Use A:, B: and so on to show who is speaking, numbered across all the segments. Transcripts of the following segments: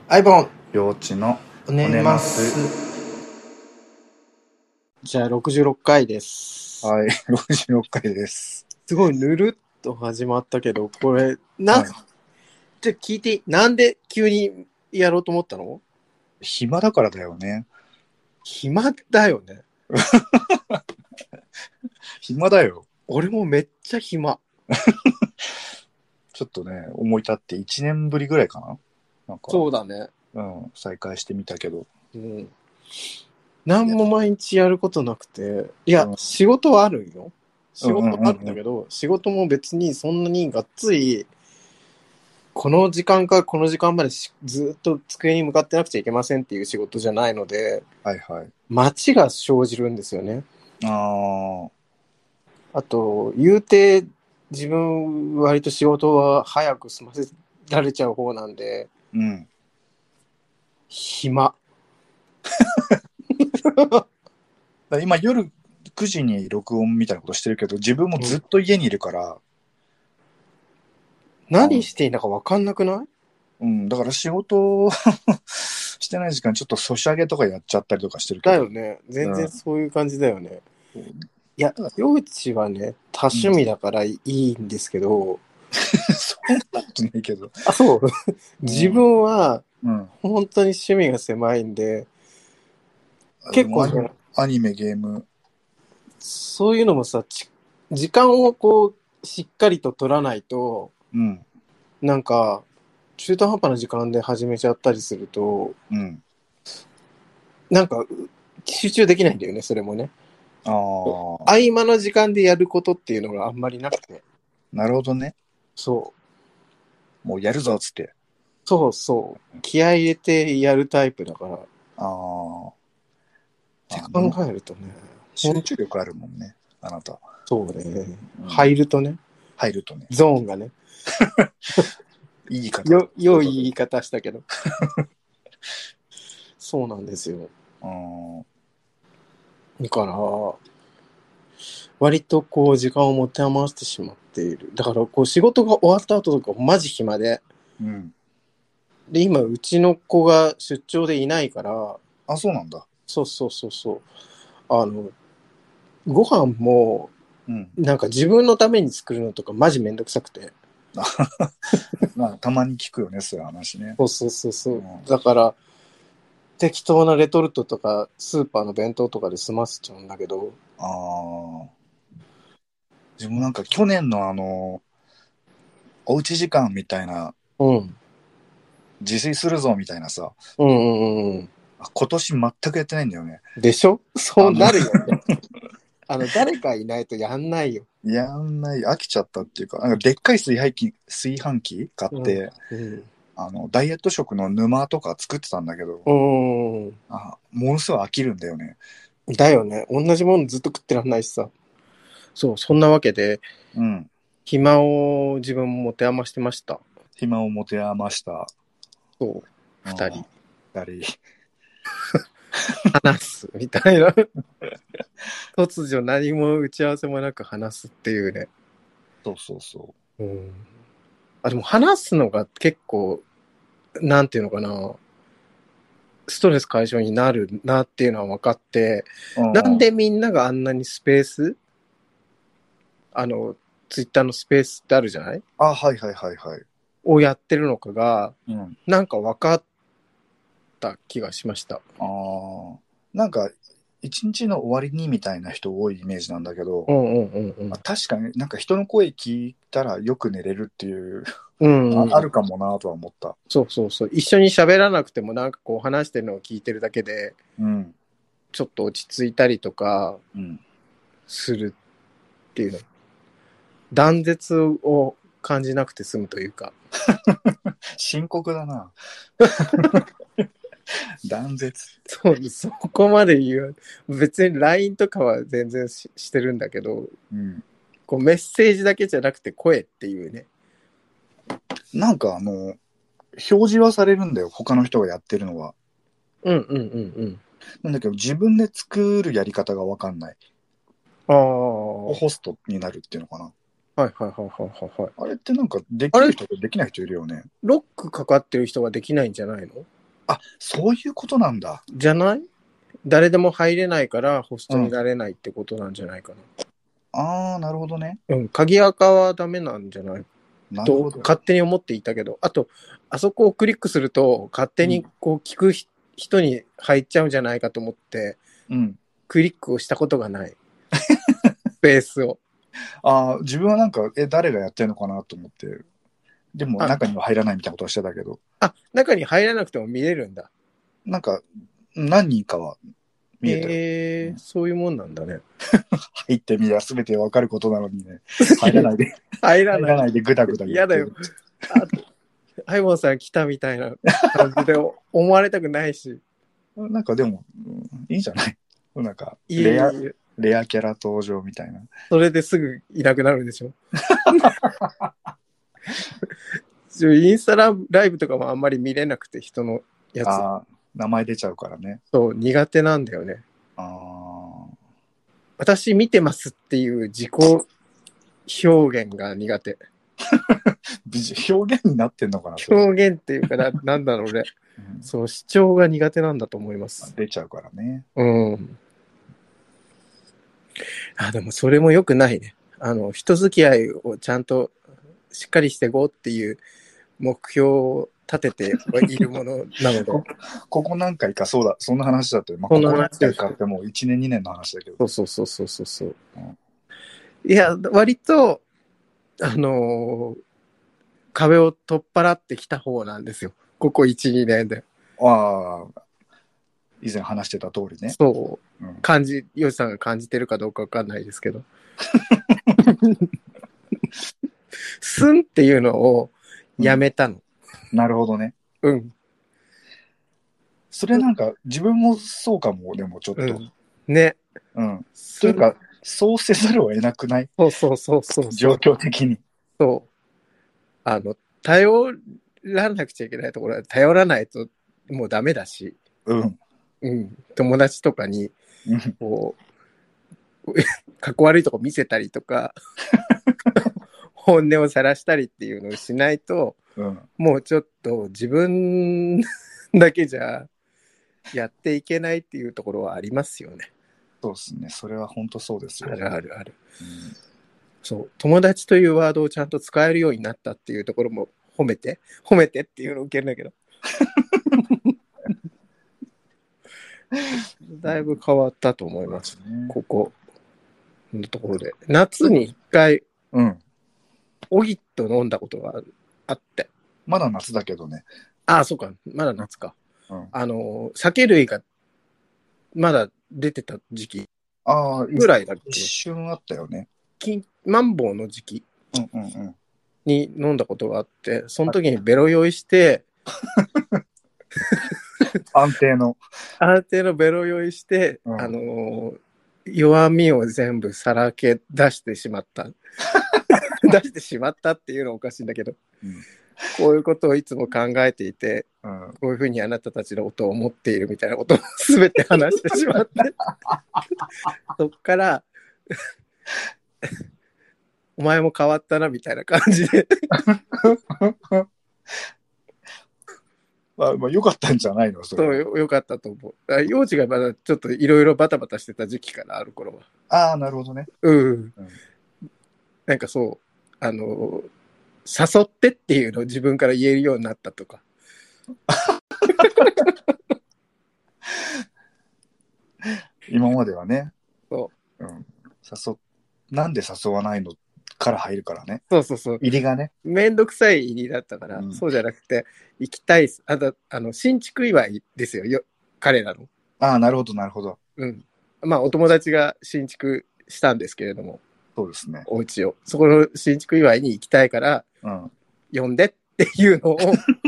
A: アイボン
B: 幼稚の
A: おねますじゃあ66回です。
B: はい、66回です。
A: すごいぬるっと始まったけど、これ
B: はい、
A: じゃ聞いて、なんで急にやろうと思ったの？
B: 暇だからだよね。
A: 暇だよね。
B: 暇だよ。
A: 俺もめっちゃ暇。
B: ちょっとね、思い立って1年ぶりぐらいかな。なんか、
A: そうだね。
B: 再開してみたけど。
A: うん。何も毎日やることなくて、いや、
B: うん
A: 仕事はあるよ。仕事はあるんだ
B: うん
A: けど、仕事も別にそんなにがっつり、この時間からこの時間までずっと机に向かってなくちゃいけませんっていう仕事じゃないので、
B: はいはい。
A: 待ちが生じるんですよね。
B: あ
A: あと、言うて、自分割と仕事は早く済ませられちゃう方なんで、
B: うん。
A: 暇。
B: 今夜9時に録音みたいなことしてるけど、自分もずっと家にいるから、
A: 何していいのか分かんなくない？
B: だから仕事してない時間ちょっとソシャゲとかやっちゃったりとかしてるけど。
A: だよね。全然そういう感じだよね。
B: うん、
A: いや、陽一はね、多趣味だからいいんですけど、
B: そんなことないけど。
A: あ、そう。自分は、本当に趣味が狭いんで、結構ね、
B: アニメ、ゲーム。
A: そういうのもさ、時間をこう、しっかりと取らないと、なんか、中途半端な時間で始めちゃったりすると、なんか、集中できないんだよね、それもね。合間の時間でやることっていうのがあんまりなくて。
B: なるほどね。
A: そう。
B: もうやるぞっつって。
A: そうそう。気合い入れてやるタイプだから。って考えるとね。
B: 集中力あるもんね、あなた。
A: そうね。入るとね。ゾーンがね。
B: いい言い方。
A: 良い言い方したけど。そうなんですよ。だから、割とこう時間を持て余してしまっている。だからこう仕事が終わった後とかマジ暇で。で、今うちの子が出張でいないから。
B: あ、そうなんだ。
A: そう。ご飯も、なんか自分のために作るのとかマジめんどくさくて。
B: まあ、たまに聞くよね、そういう話ね。
A: そう。だから、適当なレトルトとか、スーパーの弁当とかで済ませちゃうんだけど。
B: 自分なんか去年のおうち時間みたいな、自炊するぞみたいなさ、今年全くやってないんだよね。
A: でしょ？そうなるよね。誰かいないとやんないよ。
B: やんない、飽きちゃったっていうか、なんかでっかい炊飯器買って、ダイエット食の沼とか作ってたんだけど、ものすごい飽きるんだよね。
A: だよね。同じものずっと食ってらんないしさ。そう、そんなわけで、暇を自分も持て余してました。
B: 暇を持て余した。
A: そう、二人。話す、みたいな。突如何も打ち合わせもなく話すっていうね。
B: そう。
A: でも話すのが結構、なんていうのかな。ストレス解消になるなっていうのは分かって、なんでみんながあんなにスペースツイッターのスペースってあるじゃない？
B: はい。
A: をやってるのかが、なんか分かった気がしました。
B: なんか、一日の終わりにみたいな人多いイメージなんだけど、確かになんか人の声聞いたらよく寝れるっていう、あるかもなとは思った。
A: そう。一緒に喋らなくてもなんかこう話してるのを聞いてるだけで、ちょっと落ち着いたりとかするっていうの。断絶を感じなくて済むというか。
B: 深刻だな。断絶。
A: そこまで言う。別に LINE とかは全然してるんだけど、こうメッセージだけじゃなくて声っていうね。
B: なんか表示はされるんだよ、他の人がやってるのは。なんだけど自分で作るやり方がわかんない。ホストになるっていうのかな。
A: はい。
B: あれってなんかできる人とできない人いるよね。
A: ロックかかってる人ができないんじゃないの？
B: あ、そういうことなんだ。
A: じゃない？誰でも入れないからホストになれないってことなんじゃないか
B: な。ああ、なるほどね。
A: な。うん、鍵垢はダメなんじゃないと勝手に思っていたけど、あと、あそこをクリックすると勝手にこう聞く人に入っちゃうんじゃないかと思って、クリックをしたことがない。ベースを。
B: ああ、自分はなんか、誰がやってるのかなと思って。でも中には入らないみたいなことをしてたけど。
A: あ、中に入らなくても見れるんだ。
B: なんか、何人かは見え
A: てそういうもんなんだね。
B: 入ってみりゃ全てわかることなのにね。入らないで。
A: 入らない
B: でグダグダ言って。
A: 嫌だよ。ハイモンさん来たみたいな感じで思われたくないし。
B: なんかでも、いいんじゃない？なんかレアキャラ登場みたいな。
A: それですぐいなくなるでしょ。インスタライブとかもあんまり見れなくて、人のやつ。
B: ああ、名前出ちゃうからね。
A: そう、苦手なんだよね。私見てますっていう自己表現が苦手。
B: 表現になってんのかな？
A: 表現っていうかなんだろうね。そう、主張が苦手なんだと思います。
B: 出ちゃうからね。
A: うん。でもそれも良くないね。人付き合いをちゃんとしっかりしていこうっていう目標を立てているものなので。
B: ここ何回かそんな話だったよ。ここ何回かってもう1年2年の話だけど。
A: そう。いや、割と、壁を取っ払ってきた方なんですよ。ここ1、2年で。
B: ああ、以前話してた通りね。
A: そう。ヨシさんが感じてるかどうかわかんないですけど。すんっていうのをやめたの。
B: なるほどね。
A: うん。
B: それなんか自分もそうかも、でもちょっと。
A: ね。
B: というか、そうせざるを得なくない？
A: そう。
B: 状況的に。
A: そう。頼らなくちゃいけないところは頼らないともうダメだし。友達とかに、こう、かっこ悪いとこ見せたりとか、本音を晒したりっていうのをしないと、もうちょっと自分だけじゃやっていけないっていうところはありますよね。
B: そうですね。それは本当そうですよ。
A: ある。そう。友達というワードをちゃんと使えるようになったっていうところも褒めてっていうのを受けるんだけど。だいぶ変わったと思います。ここのところで。夏に一回、オギット飲んだことがあって。
B: まだ夏だけどね。
A: そうか。まだ夏か。酒類がまだ出てた時期ぐらいだっけ？
B: 一瞬あったよね。
A: マンボウの時期に飲んだことがあって、その時にベロ酔いして、
B: 安定の
A: ベロ酔いして、弱みを全部さらけ出してしまった。出してしまったっていうのはおかしいんだけど、こういうことをいつも考えていて、こういうふうにあなたたちのことを思っているみたいなことを全て話してしまって、そっから、お前も変わったなみたいな感じで。
B: 良かったんじゃないの？
A: そう良かったと思う。幼稚がまだちょっといろいろバタバタしてた時期からある頃
B: は。なるほどね。
A: なんかそう、誘ってっていうのを自分から言えるようになったとか。
B: 今まではね。
A: そう。
B: なんで誘わないのから入るからね。
A: そう。
B: 入りがね。
A: めんどくさい入りだったから、そうじゃなくて、行きたい。新築祝いですよ、彼らの。
B: なるほど。
A: まあ、お友達が新築したんですけれども。
B: そうですね。
A: お家を。そこの新築祝いに行きたいから、呼んでっていうのを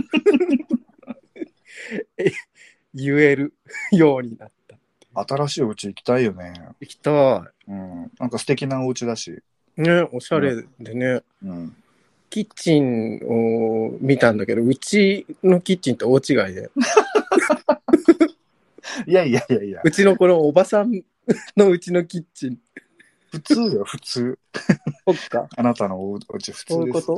A: 言えるようになった。
B: 新しいお家行きたいよね。
A: 行きたい。
B: なんか素敵なお家だし。
A: ね、おしゃれでね。キッチンを見たんだけど、うちのキッチンと大違いで。
B: いや。
A: うちのこのおばさんのうちのキッチン。
B: 普通よ、普通。
A: そっか。
B: あなたのお家普通です。
A: そういうこと？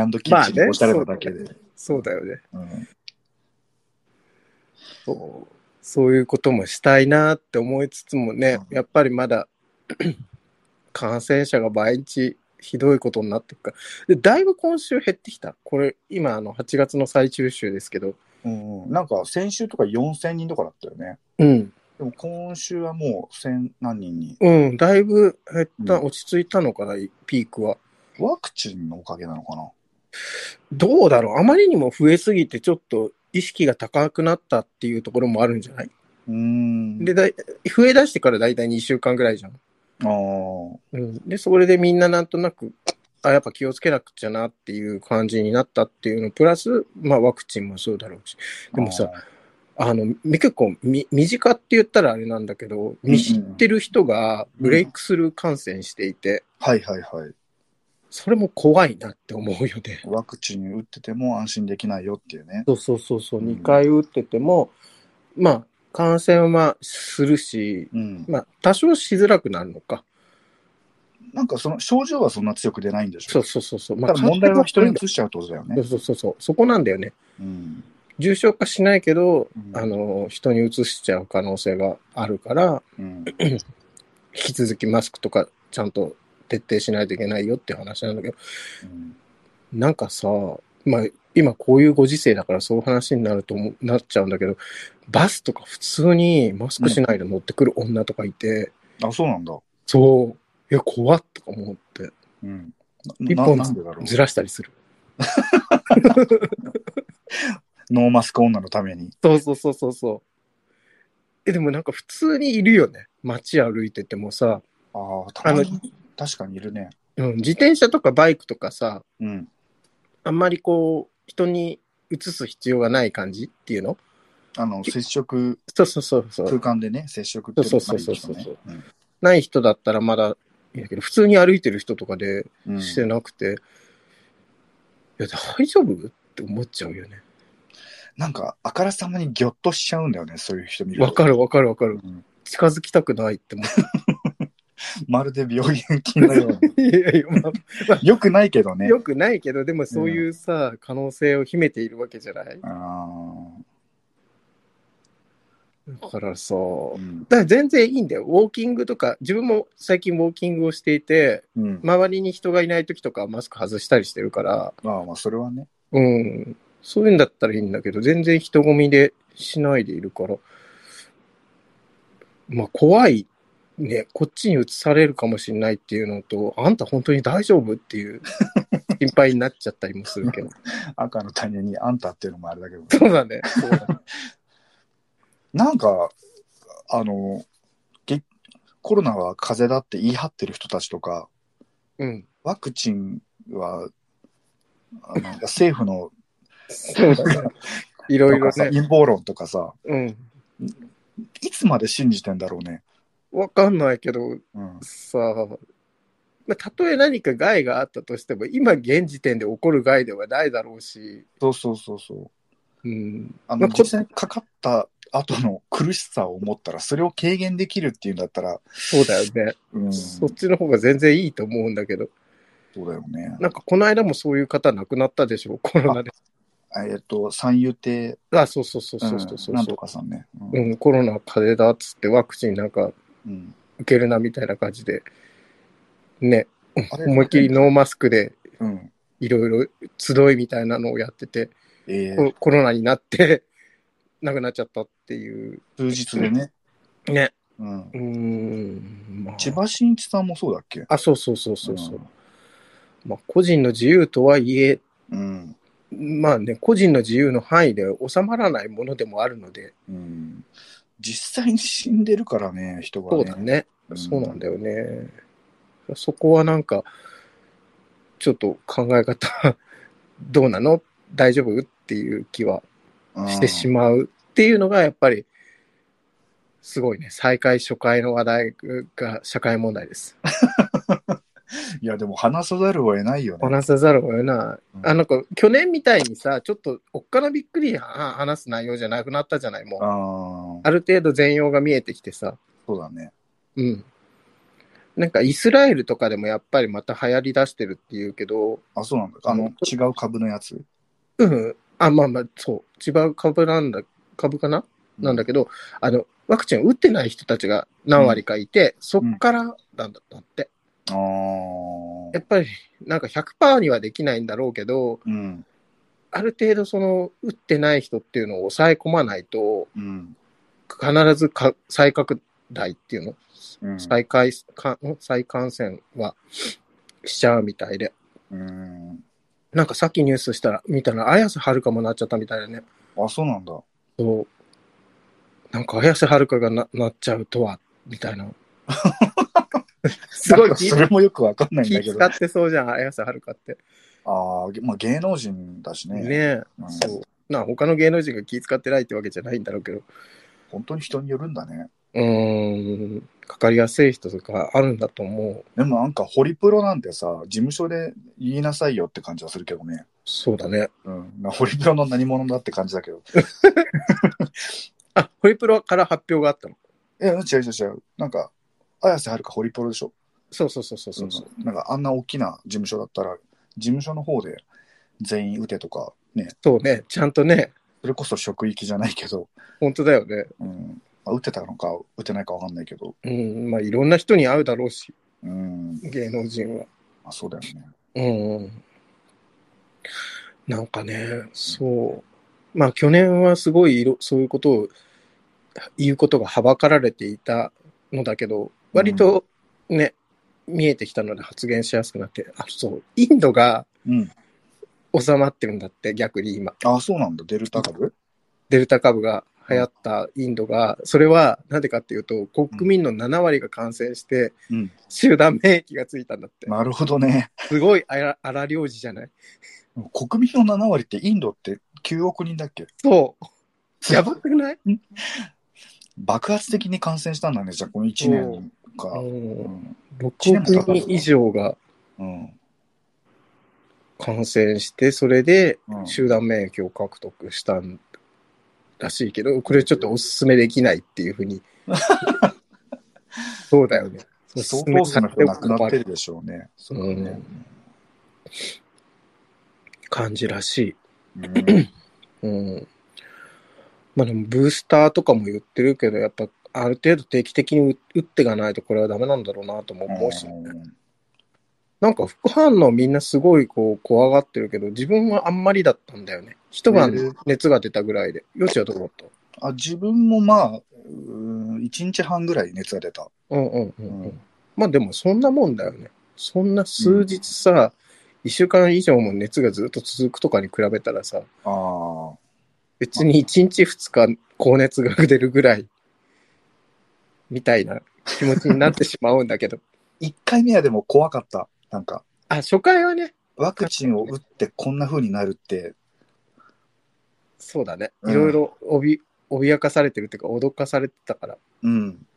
B: あの家がアイランドキッチンにおしゃれなだけで。
A: そうだよね。 そういうこともしたいなって思いつつもね、やっぱりまだ感染者が毎日ひどいことになってるから。で、だいぶ今週減ってきた。これ、今8月の最終週ですけど。
B: なんか先週とか4000人とかだったよね。でも今週はもう1000何人に。
A: だいぶ減った、落ち着いたのかな、ピークは。
B: ワクチンのおかげなのかな。
A: どうだろう。あまりにも増えすぎてちょっと意識が高くなったっていうところもあるんじゃない？で、増え出してからだいたい2週間ぐらいじゃん。で、それでみんななんとなく、やっぱ気をつけなくちゃなっていう感じになったっていうの、プラス、ワクチンもそうだろうし。でもさ、結構身近って言ったらあれなんだけど、見知ってる人がブレイクスルー感染していて、それも怖いなって思うよね。
B: ワクチン打ってても安心できないよっていうね。
A: そう。2回打ってても、感染はするし、多少しづらくなるのか。
B: なんかその症状はそんな強く出ないんでしょ。
A: そう。
B: 問題は人に移しちゃうってことだよね。
A: そう。そこなんだよね。重症化しないけど、人に移しちゃう可能性があるから、引き続きマスクとかちゃんと徹底しないといけないよっていう話なんだけど、なんかさ、今こういうご時世だからそういう話になっちゃうんだけど、バスとか普通にマスクしないで乗ってくる女とかいて、
B: そうなんだ。
A: そう。いや、怖っとか思って。一本ずらしたりする。
B: ノーマスク女のために。
A: そう。でもなんか普通にいるよね。街歩いててもさ。
B: 確かにいるね。
A: 自転車とかバイクとかさ、あんまりこう、人に移す必要がない感じっていうの？
B: 接触。
A: そう。
B: 空間でね、接触って
A: そう。ない人だったらまだいいんだけど、普通に歩いてる人とかでしてなくて、いや、大丈夫って思っちゃうよね。
B: なんか、あからさまにギョッとしちゃうんだよね、そういう人見ると。
A: わかる。近づきたくないって思って。
B: まるで病原菌のように。よくないけどね。
A: よくないけど、でもそういうさ、可能性を秘めているわけじゃない？だからさ、だから全然いいんだよ。ウォーキングとか、自分も最近ウォーキングをしていて、周りに人がいない時とかマスク外したりしてるから。
B: それはね。
A: そういうんだったらいいんだけど、全然人混みでしないでいるから。怖いね。こっちに移されるかもしれないっていうのと、あんた本当に大丈夫っていう心配になっちゃったりもするけど。
B: 赤の他人にあんたっていうのもあれだけど。
A: そうだね。
B: なんか、コロナは風邪だって言い張ってる人たちとか、ワクチンは、政府の、
A: いろいろね。
B: 陰謀論とかさ、いつまで信じてんだろうね。
A: わかんないけど、さあ、たとえ何か害があったとしても、今現時点で起こる害ではないだろうし。
B: そう。実際にかかった後の苦しさを思ったら、それを軽減できるっていうんだったら。
A: そうだよね。そっちの方が全然いいと思うんだけど。
B: そうだよね。
A: なんかこの間もそういう方亡くなったでしょ、コロナで。
B: 三遊亭。
A: そう。
B: なんとかさんね。
A: コロナ風邪だっつってワクチンなんか受けるなみたいな感じで。ね。思いっきりノーマスクでいろいろ集いみたいなのをやってて、コロナになって亡くなっちゃったっていう。
B: 数日でね。
A: ね。
B: 千葉真一さんもそうだっけ？
A: そう。個人の自由とはいえ、個人の自由の範囲で収まらないものでもあるので。
B: 実際に死んでるからね、人がね。
A: そうだね。そうなんだよね。そこはなんか、ちょっと考え方、どうなの？大丈夫？っていう気はしてしまうっていうのがやっぱり、すごいね。再開初回の話題が社会問題です。
B: いや、でも話さざるを得ないよね。
A: 話さざるを得ない。なんか、去年みたいにさ、ちょっとおっかなびっくり話す内容じゃなくなったじゃない、もう。ある程度全容が見えてきてさ。
B: そうだね。
A: なんかイスラエルとかでもやっぱりまた流行り出してるっていうけど。
B: そうなんだ。違う株のやつ？
A: そう。違う株かな？ なんだけど、ワクチンを打ってない人たちが何割かいて、そっからなんだったって。やっぱり、なんか 100% にはできないんだろうけど、ある程度打ってない人っていうのを抑え込まないと、必ず再拡大っていうの、再感染はしちゃうみたいで。なんかさっきニュース見たら、綾瀬はるかもなっちゃったみたいだね。
B: あ、そうなんだ。
A: そう。なんか綾瀬はるかがなっちゃうとは、みたいな。すごい
B: それもよくわかんないんだけど。
A: 気使ってそうじゃん、綾瀬はるかって。
B: まあ芸能人だしね。
A: ねえ、そう。他の芸能人が気使ってないってわけじゃないんだろうけど。
B: 本当に人によるんだね。
A: かかりやすい人とかあるんだと思う。
B: でもなんかホリプロなんてさ、事務所で言いなさいよって感じはするけどね。
A: そうだね。
B: ホリプロの何者だって感じだけど。
A: あ、ホリプロから発表があったの？
B: いや、違う。なんか、綾瀬はるかホリプロでしょ。
A: そう。
B: なんかあんな大きな事務所だったら、事務所の方で全員打てとかね。
A: そうね、ちゃんとね。
B: それこそ職域じゃないけど。
A: 本当だよね。
B: 打ってたのか打てないかわかんないけど。
A: まあいろんな人に会うだろうし。芸能人は。
B: そうだよね。
A: なんかね、そう。まあ去年はすごいそういうことを言うことがはばかられていたのだけど、割とね、見えてきたので発言しやすくなって、そう、インドが収まってるんだって、逆に今。
B: そうなんだ、デルタ株？
A: デルタ株が流行ったインドが、それはなんでかっていうと、国民の7割が感染して、集団免疫がついたんだって。
B: なるほどね。
A: すごい荒療治じゃない？
B: 国民の7割ってインドって9億人だっけ？
A: そう。やばくない？
B: 爆発的に感染したんだね、じゃあこの1年か。
A: 6億人以上が感染して、それで集団免疫を獲得したんらしいけど、これちょっとおすすめできないっていうふうに。そうだよね。
B: 相当数の人亡くなってるでしょうね。
A: 感じらしい。まあでもブースターとかも言ってるけど、やっぱある程度定期的に打っていかないとこれはダメなんだろうなとも思うしね。なんか副反応みんなすごい怖がってるけど、自分はあんまりだったんだよね。一晩熱が出たぐらいで。よちはどうだった？
B: 自分もまあ、1日半ぐらい熱が出た。
A: まあでもそんなもんだよね。そんな数日さ、1週間以上も熱がずっと続くとかに比べたらさ、別に1日2日高熱が出るぐらいみたいな気持ちになってしまうんだけど。
B: 1回目はでも怖かった。なんか。
A: 初回はね。
B: ワクチンを打ってこんな風になるって。
A: そうだね。いろいろ脅かされてるっていうか、脅かされてたから。で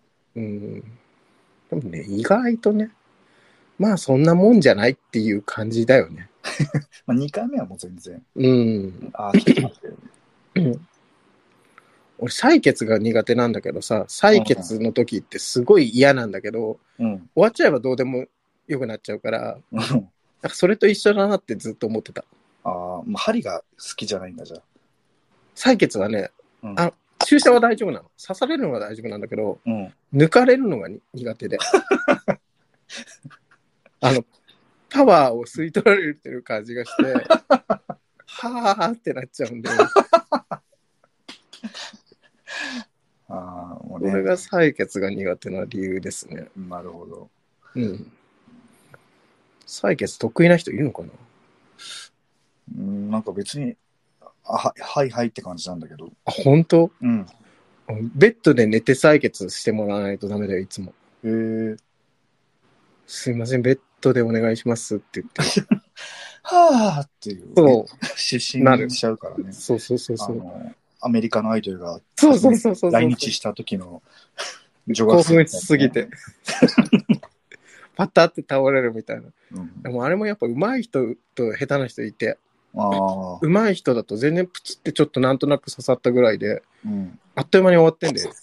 A: もね、意外とね、まあそんなもんじゃないっていう感じだよね。
B: まあ2回目はもう全然。
A: 来てますよね。俺、採血が苦手なんだけどさ、採血の時ってすごい嫌なんだけど、終わっちゃえばどうでもよくなっちゃうから、なんかそれと一緒だなってずっと思ってた。
B: 針が好きじゃないんだ、じゃあ。
A: 採血はね、注射は大丈夫なの。刺されるのは大丈夫なんだけど、抜かれるのが苦手で。パワーを吸い取られてる感じがして、はーってなっちゃうんで。これが採血が苦手な理由ですね。
B: なるほど。
A: 採血得意な人いるのかな？
B: なんか別に、はいはいって感じなんだけど。
A: 本当？ベッドで寝て採血してもらわないとダメだよ、いつも。すいません、ベッドでお願いしますって言って。
B: はぁっていう、
A: そう。
B: 失神しちゃうからね。
A: そう。
B: アメリカのアイドルが
A: 来
B: 日した時の
A: 興奮しすぎて。パタって倒れるみたいな。でもあれもやっぱ上手い人と下手な人いて、上手い人だと全然プツってちょっとなんとなく刺さったぐらいで、あっという間に終わってんで。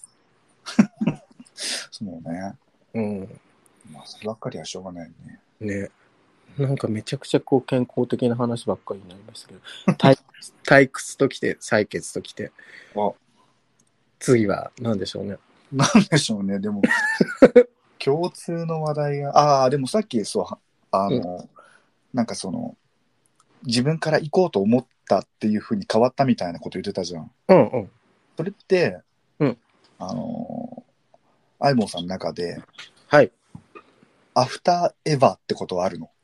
B: そうね。まあ、そればっかりはしょうがないね。
A: ね。なんかめちゃくちゃ健康的な話ばっかりになりましたけど、退屈ときて、採血ときて。 次は何でしょうね。
B: なんでしょうね、でも、共通の話題が、でもさっき、そう、なんかその、自分から行こうと思ったっていう風に変わったみたいなこと言ってたじゃん。
A: うんうん。
B: それって、
A: うん。
B: アイボンさんの中で、
A: はい。
B: アフターエヴァってことはあるの？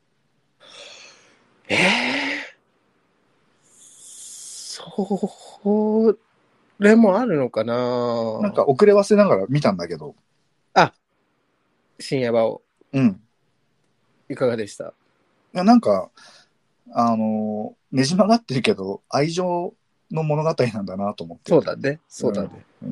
A: それもあるのかな。
B: なんか遅ればせながら見たんだけど。
A: あ、深夜場を。
B: うん。
A: いかがでした？
B: なんか、ねじ曲がってるけど、愛情の物語なんだなと思って。
A: そうだね。そうだね。
B: うん。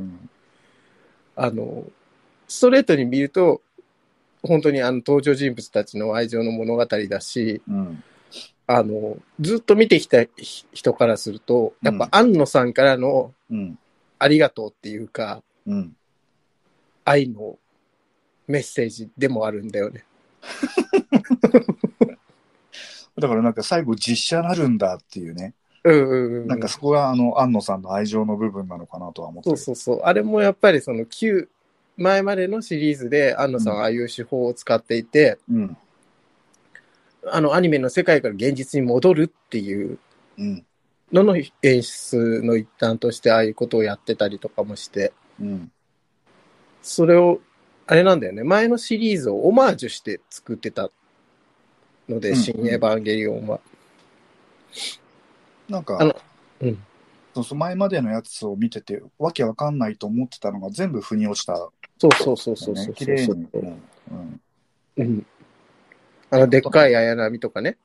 A: ストレートに見ると、本当に登場人物たちの愛情の物語だし、
B: うん、
A: ずっと見てきた人からすると、やっぱ安野さんからのありがとうっていうか、
B: うん、
A: 愛のメッセージでもあるんだよね。
B: だからなんか最後実写なるんだっていうね。なんかそこが安野さんの愛情の部分なのかなとは思ってる。
A: そう。あれもやっぱりその前までのシリーズで安野さんはああいう手法を使っていて、アニメの世界から現実に戻るっていうのの演出の一端としてああいうことをやってたりとかもして、それを、あれなんだよね、前のシリーズをオマージュして作ってたので、新エヴァンゲリオンは。
B: なんか、そう前までのやつを見てて、わけわかんないと思ってたのが全部腑に落ちた、ね。
A: そう。
B: 綺麗に。
A: でっかい綾波とかね。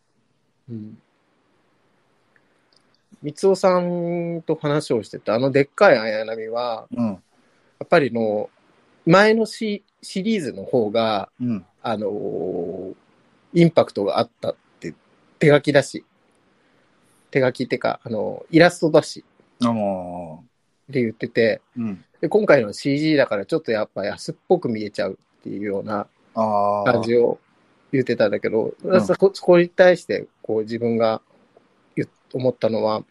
A: 三尾さんと話をしてて、でっかい綾波は、やっぱり前のシリーズの方が、インパクトがあったって手書きだし、手書きってか、イラストだし、って言ってて、で今回の CG だからちょっとやっぱ安っぽく見えちゃうっていうような感じを言ってたんだけど、そこに対してこう自分が思ったのは、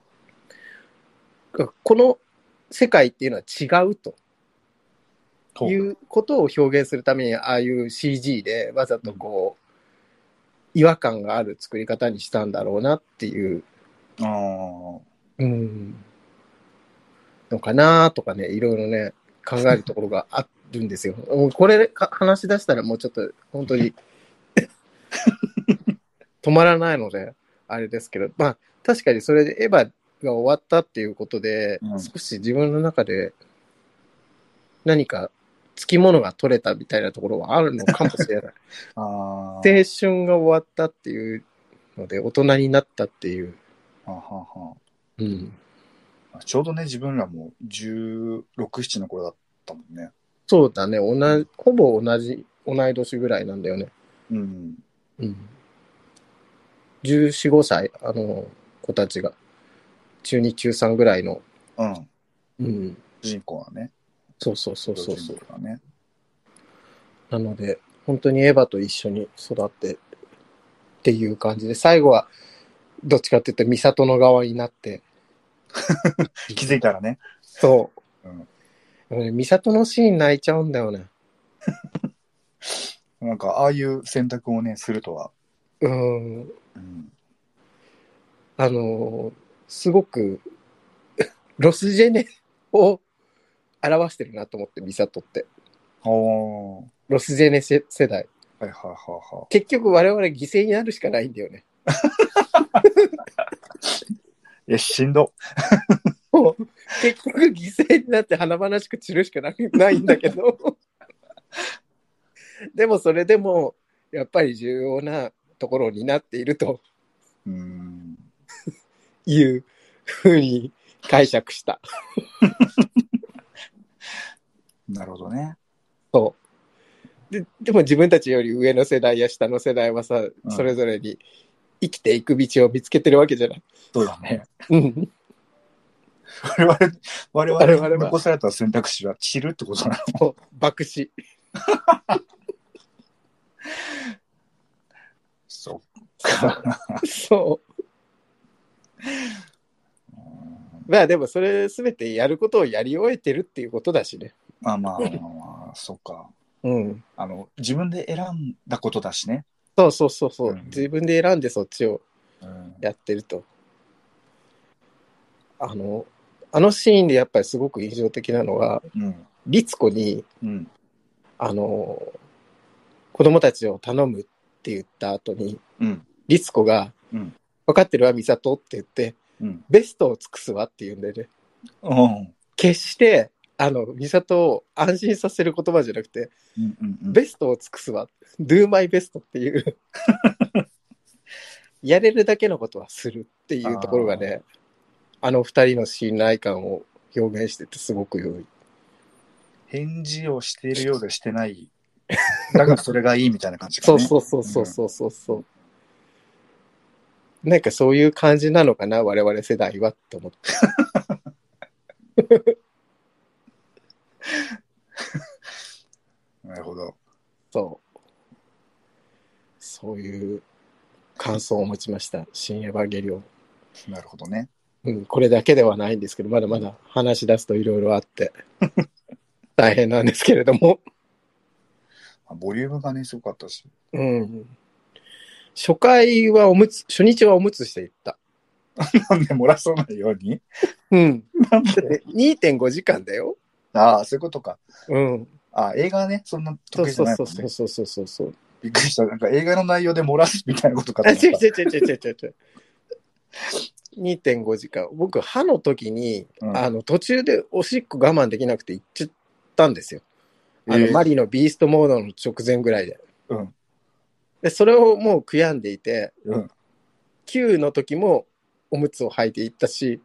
A: この世界っていうのは違うということを表現するためにああいう CG でわざとこう違和感がある作り方にしたんだろうなっていうのかなとかね、いろいろね考えるところがあるんですよ。これ話し出したらもうちょっと本当に止まらないのであれですけど、まあ確かにそれでエヴァが終わったっていうことで、少し自分の中で何かつきものが取れたみたいなところはあるのかもしれない。青春が終わったっていうので大人になったっていう。
B: ちょうどね、自分らも16、7の頃だったもんね。
A: そうだね、ほぼ同い年ぐらいなんだよね。14、5歳、子たちが。中2、中3ぐらいの。
B: 主人公はね。
A: そう。なので、本当にエヴァと一緒に育ってっていう感じで、最後はどっちかって言って美里の側になって。
B: 気づいたらね。
A: そう。美里のシーン泣いちゃうんだよね。
B: なんか、ああいう選択をね、するとは。
A: すごく、ロスジェネを表してるなと思って、美里って。ロスジェネ世代。結局我々犠牲になるしかないんだよね。
B: いや、しんど。
A: 結局犠牲になって華々しく散るしかないんだけど。でもそれでも、やっぱり重要なところになっていると。いうふうに解釈した。
B: なるほどね。
A: そう。でも自分たちより上の世代や下の世代はさ、それぞれに生きていく道を見つけてるわけじゃない。
B: そうだね。我々に残された選択肢は散るってことなの？
A: 爆死。
B: そっか。
A: そう。 まあでもそれ全てやることをやり終えてるっていうことだしね。
B: まあまあまあまあ、そうか。
A: うん。
B: 自分で選んだことだしね。
A: そうそうそうそう、
B: うん、
A: 自分で選んでそっちをやってると。あのシーンでやっぱりすごく印象的なのは、律子に、子供たちを頼むって言った後に、律子が、分かってるわ、美里って言って、ベストを尽くすわって言うんだよね。決して、美里を安心させる言葉じゃなくて、ベストを尽くすわ、do my best っていう、やれるだけのことはするっていうところがね、二人の信頼感を表現しててすごく良い。
B: 返事をしているようでしてない。だからそれがいいみたいな感じかね。
A: そう。なんかそういう感じなのかな、我々世代はって思って。
B: なるほど。
A: そういう感想を持ちました。新エヴァンゲリオン。
B: なるほどね。
A: これだけではないんですけど、まだまだ話し出すといろいろあって、大変なんですけれども。
B: ボリュームがね、すごかったし。
A: 初回は初日はおむつしていった。
B: なんで漏らさないように
A: なんで 2.5 時間だよ。
B: ああ、そういうことか。映画ね、そんな得意じゃないもんね。
A: そう。
B: びっくりした。なんか映画の内容で漏らすみたいなことかと思った。
A: 違う。2.5 時間。僕、歯の時に、途中でおしっこ我慢できなくて行っちゃったんですよ。マリのビーストモードの直前ぐらいで。で、それをもう悔やんでいて、9の時もおむつを履いていったし、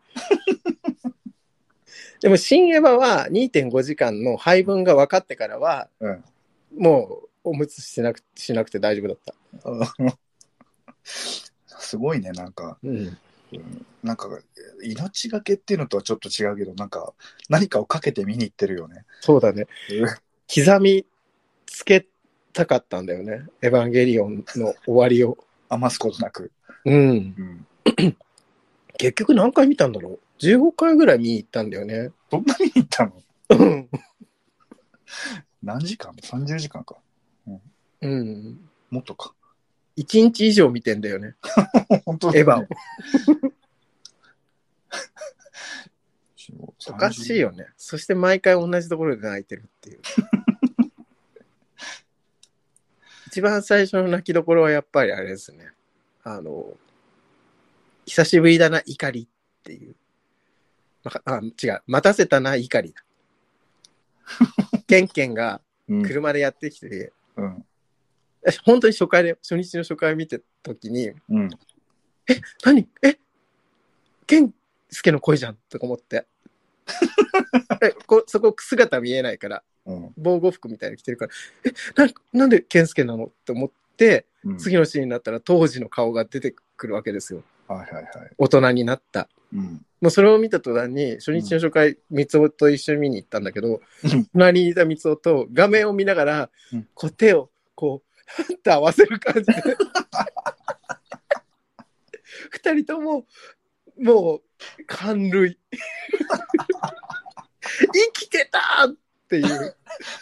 A: でも新エヴァは 2.5 時間の配分が分かってからは、もうおむつしなくて大丈夫だった。
B: すごいね、なんか。なんか、命がけっていうのとはちょっと違うけど、なんか、何かをかけて見に行ってるよね。
A: そうだね。刻みつけたかったんだよね。エヴァンゲリオンの終わりを。
B: 余すことなく。
A: 結局何回見たんだろう ?15 回ぐらい見に行ったんだよね。
B: どんな見に行ったの何時間 ?30 時間か。もっとか。
A: 1日以上見てんだよね。
B: 本当だね。
A: エヴァを。おかしいよね。そして毎回同じところで泣いてるっていう。一番最初の泣きどころはやっぱりあれですね。久しぶりだな、怒りっていう。違う。待たせたな、怒りだ。ケンケンが車でやってきて、本当に初日の初回見てた時に、何ケンスケの声じゃんとか思って。そこ姿見えないから、防護服みたいに着てるから、なんでケンスケなのって思って、次のシーンになったら当時の顔が出てくるわけですよ。大人になった。もうそれを見た途端に、初日の初回、三尾と一緒に見に行ったんだけど、隣にいた三尾と画面を見ながら、手をこう、って合わせる感じで。二人とも、もう、感涙。生きてたっていう。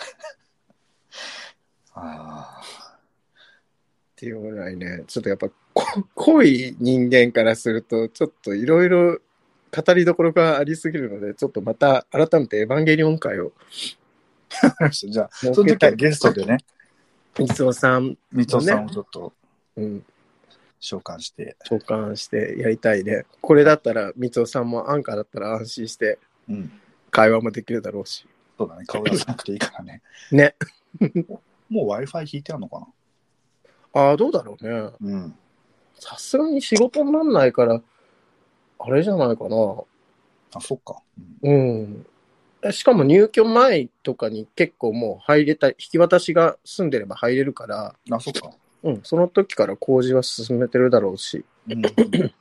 A: っていうぐらいね、ちょっとやっぱ濃い人間からすると、ちょっといろいろ語りどころがありすぎるので、ちょっとまた改めてエヴァンゲリオン会を。
B: じゃあ、その時はゲストでね。
A: 三尾さん
B: をちょっと、召喚
A: してやりたいね。これだったら、三尾さんもアンカーだったら安心して、会話もできるだろうし。
B: そうだね、顔出さなくていいからね。
A: ね。
B: もう Wi-Fi 引いてあるのかな？
A: どうだろうね。さすがに仕事になんないから、あれじゃないかな。
B: そっか。
A: しかも入居前とかに結構もう入れた、引き渡しが済んでれば入れるから。
B: そっか。
A: その時から工事は進めてるだろうし。
B: なる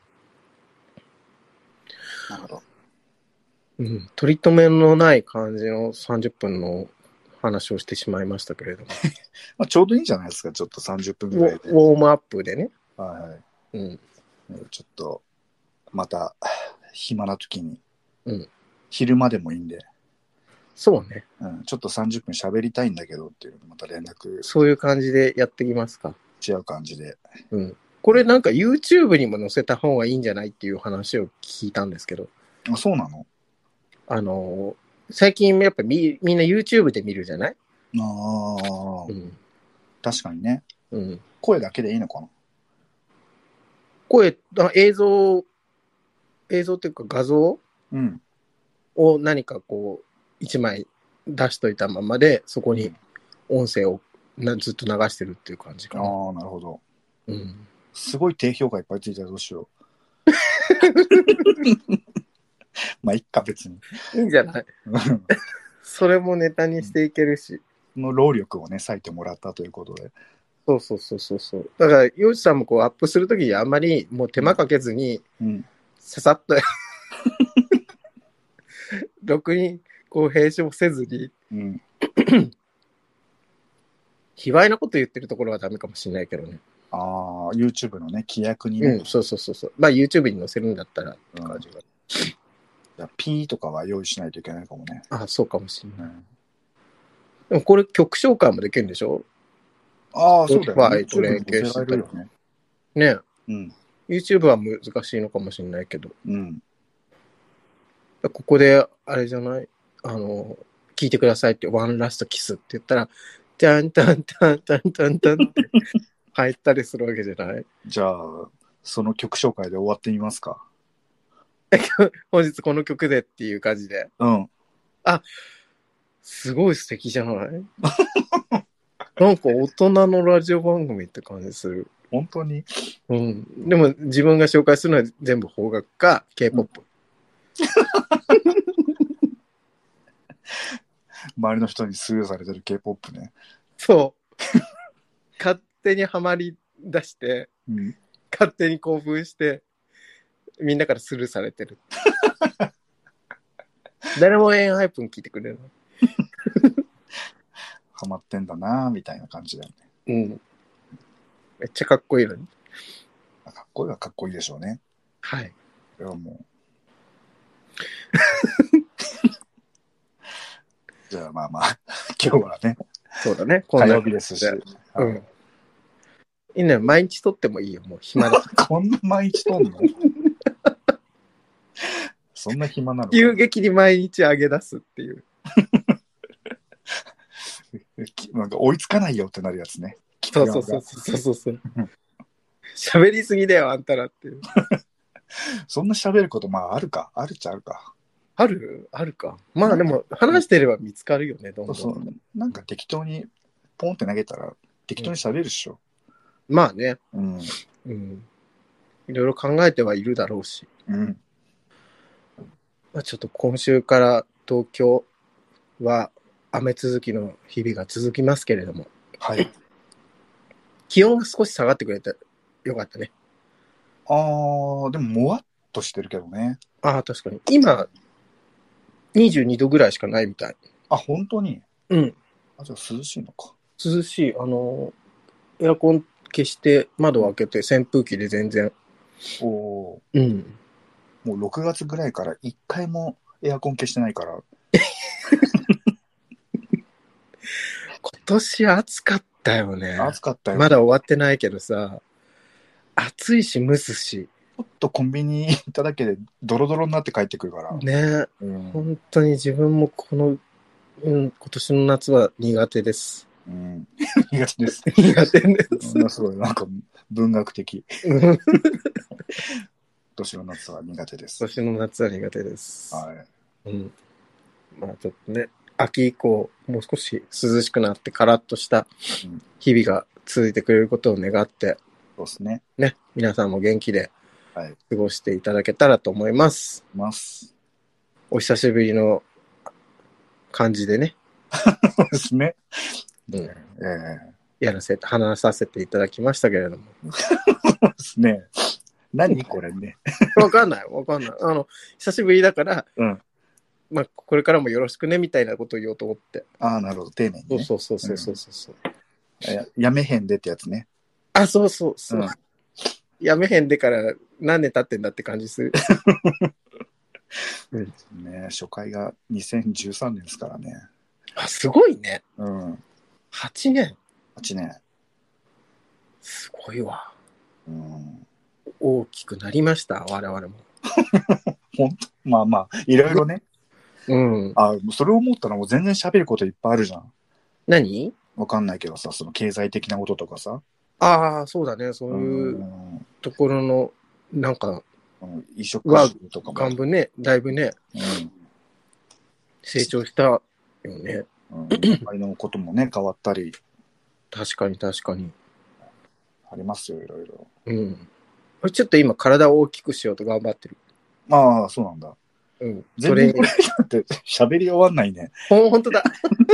B: ほど。
A: 取り留めのない感じの30分の話をしてしまいましたけれども。
B: ちょうどいいんじゃないですか、ちょっと30分ぐらいで。
A: ウォームアップでね。
B: ちょっと、また、暇な時に。
A: うん。
B: 昼間でもいいんで。
A: そうね。
B: うん。ちょっと30分喋りたいんだけどっていうのまた連絡。
A: そういう感じでやってきますか。
B: 違う感じで。
A: うん。これなんか YouTube にも載せた方がいいんじゃないっていう話を聞いたんですけど。
B: あ、そうなの？
A: 最近やっぱみんな YouTube で見るじゃない？
B: ああ、
A: うん。
B: 確かにね。
A: うん。
B: 声だけでいいのかな？
A: 映像っていうか画像
B: うん。
A: を何かこう、一枚出しといたままで、そこに音声をずっと流してるっていう感じかな。
B: ああ、なるほど。
A: うん。
B: すごい低評価いっぱいついたらどうしよう。まあ、いっか、別に。
A: いいんじゃない？それもネタにしていけるし。
B: その労力をね、割いてもらったということで。
A: そうそうそうそうそう。だから、ヨウジさんもこうアップするときにあんまりもう手間かけずに、ささっと、ろくにこう編集もせずに、卑猥なこと言ってるところはダメかもしれないけどね。
B: ああ、YouTube のね、規約にね。
A: うん、そうそうそうそう。まあ YouTube に載せるんだったらって感じが。
B: じゃあ P とかは用意しないといけないかもね。
A: あ、そうかもしれない。でもこれ曲紹介もできるんでしょ？
B: ああ、そうだよね。
A: と連携してたら。ね。
B: うん。
A: YouTube は難しいのかもしれないけど。
B: うん。
A: ここで、あれじゃない？聞いてくださいって、ワンラストキスって言ったら、タンタンタンタンタンタンって入ったりするわけじゃない？
B: じゃあ、その曲紹介で終わってみますか。
A: 本日この曲でっていう感じで。
B: うん。
A: あ、すごい素敵じゃない？なんか大人のラジオ番組って感じする。
B: 本当に？
A: うん。でも自分が紹介するのは全部邦楽か K-POP。
B: 周りの人にスルーされてる K-POP ね。
A: そう。勝手にはまり出して、勝手に興奮して、みんなからスルーされてる。誰もエンハイプン聞いてくれるの。
B: ハマってんだなぁみたいな感じだよ
A: ね。うん。めっちゃかっこいいのに。
B: かっこいいはかっこいいでしょうね。
A: はい。
B: これはもう。じゃあまあまあ、今日はね。
A: そうだね。
B: 火曜日ですし。
A: うん。いいね。毎日撮ってもいいよ。もう暇だ。
B: こんな毎日撮んの？そんな暇なの？
A: 急激に毎日上げ出すっていう。
B: なんか追いつかないよってなるやつね。
A: そうそうそうそうそう。喋りすぎだよ、あんたらっていう。
B: そんな喋ることまああるか。あるっちゃあるか。
A: あるか。まあでも話してれば見つかるよね、どんどん。
B: そうなんか適当にポンって投げたら適当に喋るっしょ。
A: まあね。
B: うん。
A: いろいろ考えてはいるだろうし。
B: うん。
A: まあちょっと今週から東京は雨続きの日々が続きますけれども。
B: はい。
A: 気温が少し下がってくれてよかったね。
B: ああ、でももわっとしてるけどね。
A: ああ、確かに。今、22度ぐらいしかないみたい。
B: あ、本当に？
A: うん。
B: あ、じゃあ涼しいのか。
A: 涼しい。エアコン消して窓を開けて扇風機で全然。
B: おお。
A: うん。
B: もう6月ぐらいから1回もエアコン消してないから。
A: 今年暑かったよね。
B: 暑かったよ。
A: まだ終わってないけどさ、暑いし蒸すし。
B: ちょっとコンビニ行っただけでドロドロになって帰ってくるから。
A: ね、本当に自分も今年の夏は苦手です。
B: 苦手です。
A: 苦手です。
B: すごい、なんか文学的。今年の夏は苦手です。
A: 今年の夏は苦手です。
B: はい。
A: まあちょっとね、秋以降、もう少し涼しくなってカラッとした日々が続いてくれることを願って、
B: そうですね。
A: ね、皆さんも元気で過ごしていただけたらと思います。お久しぶりの感じでね。
B: そうですね。
A: 話させていただきましたけれども。
B: そうですね。何これね。
A: わかんない。久しぶりだから、まあ、これからもよろしくね、みたいなことを言おうと思って。
B: ああ、なるほど。丁寧に、ね。
A: そう。
B: やめへんでってやつね。
A: あ、そう。やめへんでから何年経ってんだって感じする。
B: ね、初回が2013年ですからね。
A: あ、すごいね。
B: うん。
A: 8年。
B: 8年。
A: すごいわ。
B: うん。
A: 大きくなりました、我々も。
B: 本当まあまあ、いろいろね。
A: うん。
B: あ、それを思ったらもう全然喋ることいっぱいあるじゃん。
A: 何？
B: わかんないけどさ、その経済的なこととかさ。
A: ああ、そうだね。そういうところの、なんか、
B: 移植はとかも。
A: 幹部ね、だいぶね、成長したよね。
B: 周りのこともね、変わったり。
A: 確かに確かに。
B: ありますよ、いろいろ。
A: うん。ちょっと今体を大きくしようと頑張ってる。
B: ああ、そうなんだ。
A: うん。
B: 全然これだって喋り終わんないね。
A: ほんとだ。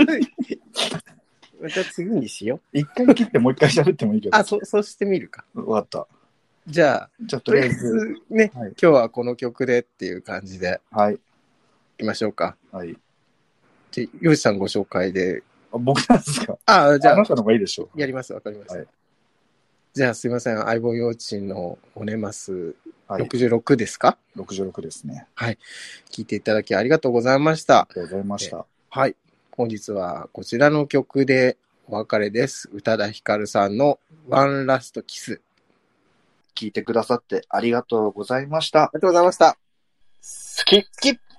A: また次にしよ
B: う。一回切ってもう一回喋ってもいいけど。
A: そうしてみるか。
B: わかった。
A: じゃあ、とりあえずね、はい、今日はこの曲でっていう感じで。はい。行きましょうか。はい。で、ヨシさんご紹介で。
B: 僕なんですか？じゃあ。あなたの方がいいでしょう。
A: やります、わかります。はい。じゃあすいません、相棒幼稚園のおねます66ですか
B: ？66ですね。
A: はい。聞いていただきありがとうございました。
B: ありがとうございました。
A: はい。本日はこちらの曲でお別れです。宇多田ヒカルさんのワンラストキス。
B: 聞いてくださってありがとうございました。
A: ありがとうございました。
B: 好き。